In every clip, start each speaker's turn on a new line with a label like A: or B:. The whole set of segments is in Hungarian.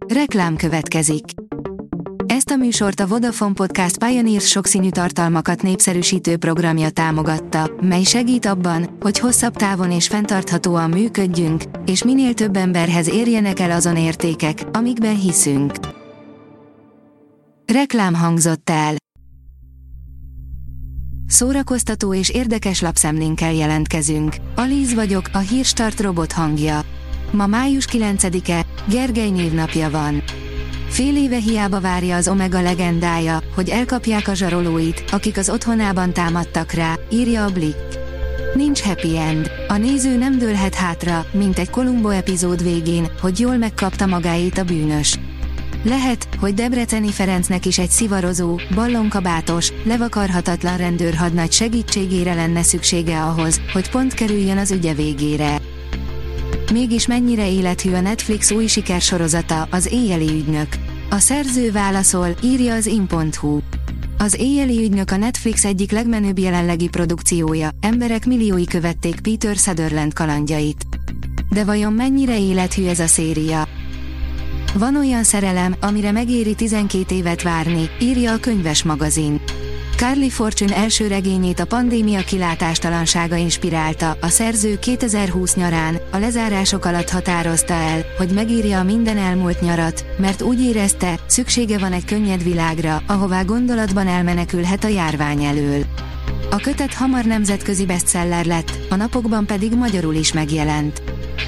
A: Reklám következik. Ezt a műsort a Vodafone Podcast Pioneers sokszínű tartalmakat népszerűsítő programja támogatta, mely segít abban, hogy hosszabb távon és fenntarthatóan működjünk, és minél több emberhez érjenek el azon értékek, amikben hiszünk. Reklám hangzott el. Szórakoztató és érdekes lapszemlénkkel jelentkezünk. Alíz vagyok, a Hírstart robot hangja. Ma május 9-e, Gergely névnapja van. Fél éve hiába várja az Omega legendája, hogy elkapják a zsarolóit, akik az otthonában támadtak rá, írja a Blick. Nincs happy end. A néző nem dőlhet hátra, mint egy Columbo epizód végén, hogy jól megkapta magáét a bűnös. Lehet, hogy Debreceni Ferencnek is egy szivarozó, ballonkabátos, levakarhatatlan rendőrhadnagy segítségére lenne szüksége ahhoz, hogy pont kerüljön az ügye végére. Mégis mennyire élethű a Netflix új sikersorozata, az Éjjeli ügynök. A szerző válaszol, írja az in.hu. Az Éjjeli ügynök a Netflix egyik legmenőbb jelenlegi produkciója, emberek milliói követték Peter Sutherland kalandjait. De vajon mennyire élethű ez a széria? Van olyan szerelem, amire megéri 12 évet várni, írja a Könyves magazin. Carly Fortune első regényét a pandémia kilátástalansága inspirálta, a szerző 2020 nyarán, a lezárások alatt határozta el, hogy megírja a minden elmúlt nyarat, mert úgy érezte, szüksége van egy könnyed világra, ahová gondolatban elmenekülhet a járvány elől. A kötet hamar nemzetközi bestseller lett, a napokban pedig magyarul is megjelent.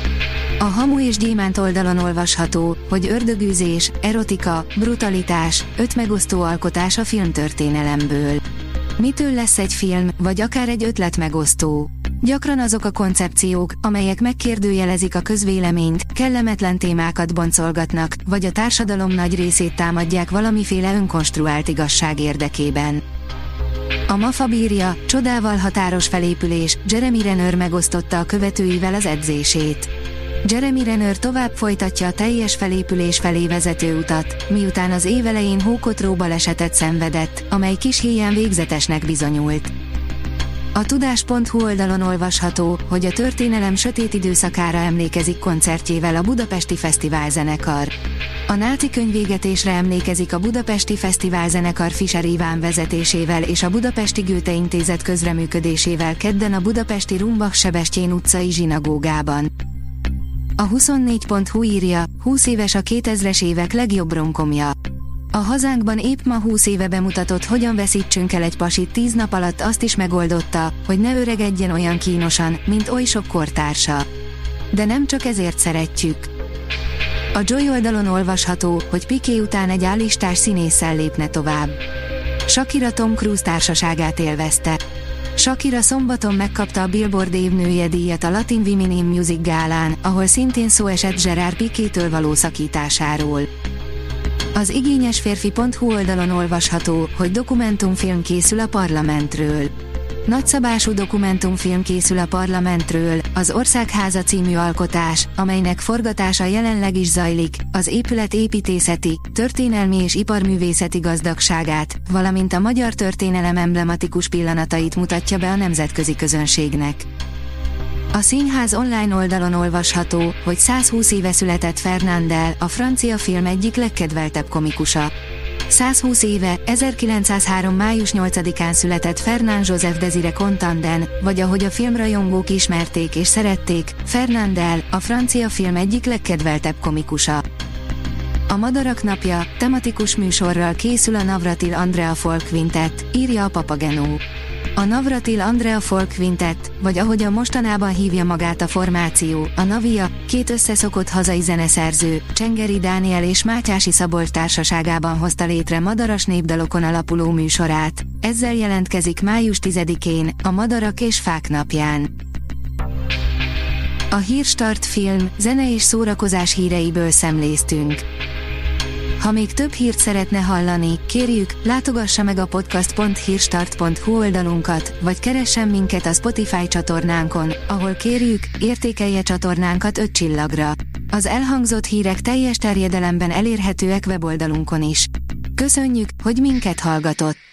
A: A Hamu és Gyémánt oldalon olvasható, hogy ördögűzés, erotika, brutalitás, 5 megosztó alkotás a filmtörténelemből. Mitől lesz egy film, vagy akár egy ötlet megosztó? Gyakran azok a koncepciók, amelyek megkérdőjelezik a közvéleményt, kellemetlen témákat boncolgatnak, vagy a társadalom nagy részét támadják valamiféle önkonstruált igazság érdekében. A MAFA bírja, csodával határos felépülés, Jeremy Renner megosztotta a követőivel az edzését. Jeremy Renner tovább folytatja a teljes felépülés felé vezető utat, miután az év elején hókotró balesetet szenvedett, amely kis híján végzetesnek bizonyult. A tudás.hu oldalon olvasható, hogy a történelem sötét időszakára emlékezik koncertjével a Budapesti Fesztiválzenekar. A náci könyvégetésre emlékezik a Budapesti Fesztiválzenekar Fischer Iván vezetésével és a Budapesti Goethe Intézet közreműködésével kedden a budapesti Rumbach-Sebestyén utcai zsinagógában. A 24.hu írja, 20 éves a 2000-es évek legjobb romkomja. A hazánkban épp ma 20 éve bemutatott Hogyan veszítsünk el egy pasit 10 nap alatt azt is megoldotta, hogy ne öregedjen olyan kínosan, mint oly sok kortársa. De nem csak ezért szeretjük. A Joy oldalon olvasható, hogy Piqué után egy állistás színésszel lépne tovább. Shakira Tom Cruise társaságát élvezte. Shakira szombaton megkapta a Billboard évnője díjat a Latin Women in Music gálán, ahol szintén szó esett Gerard Piquétől való szakításáról. Az igényesférfi.hu oldalon olvasható, hogy dokumentumfilm készül a parlamentről. Nagyszabású dokumentumfilm készül a parlamentről, az Országháza című alkotás, amelynek forgatása jelenleg is zajlik, az épület építészeti, történelmi és iparművészeti gazdagságát, valamint a magyar történelem emblematikus pillanatait mutatja be a nemzetközi közönségnek. A Színház online oldalon olvasható, hogy 120 éve született Fernandel, a francia film egyik legkedveltebb komikusa. 120 éve, 1903. május 8-án született Fernand Joseph Désiré Contanden, vagy ahogy a filmrajongók ismerték és szerették, Fernandel, a francia film egyik legkedveltebb komikusa. A Madarak napja, tematikus műsorral készül a Navratil Andrea Folk Quintet, írja a Papageno. A Navratil Andrea Folk Quintet, vagy ahogyan mostanában hívja magát a formáció, a Navia, 2 összeszokott hazai zeneszerző, Csengeri Dániel és Mátyási Szabolcs társaságában hozta létre madaras népdalokon alapuló műsorát. Ezzel jelentkezik május 10-én, a Madarak és Fák napján. A Hírstart film, zene és szórakozás híreiből szemléztünk. Ha még több hírt szeretne hallani, kérjük, látogassa meg a podcast.hírstart.hu oldalunkat, vagy keressen minket a Spotify csatornánkon, ahol kérjük, értékelje csatornánkat 5 csillagra. Az elhangzott hírek teljes terjedelemben elérhetőek weboldalunkon is. Köszönjük, hogy minket hallgatott!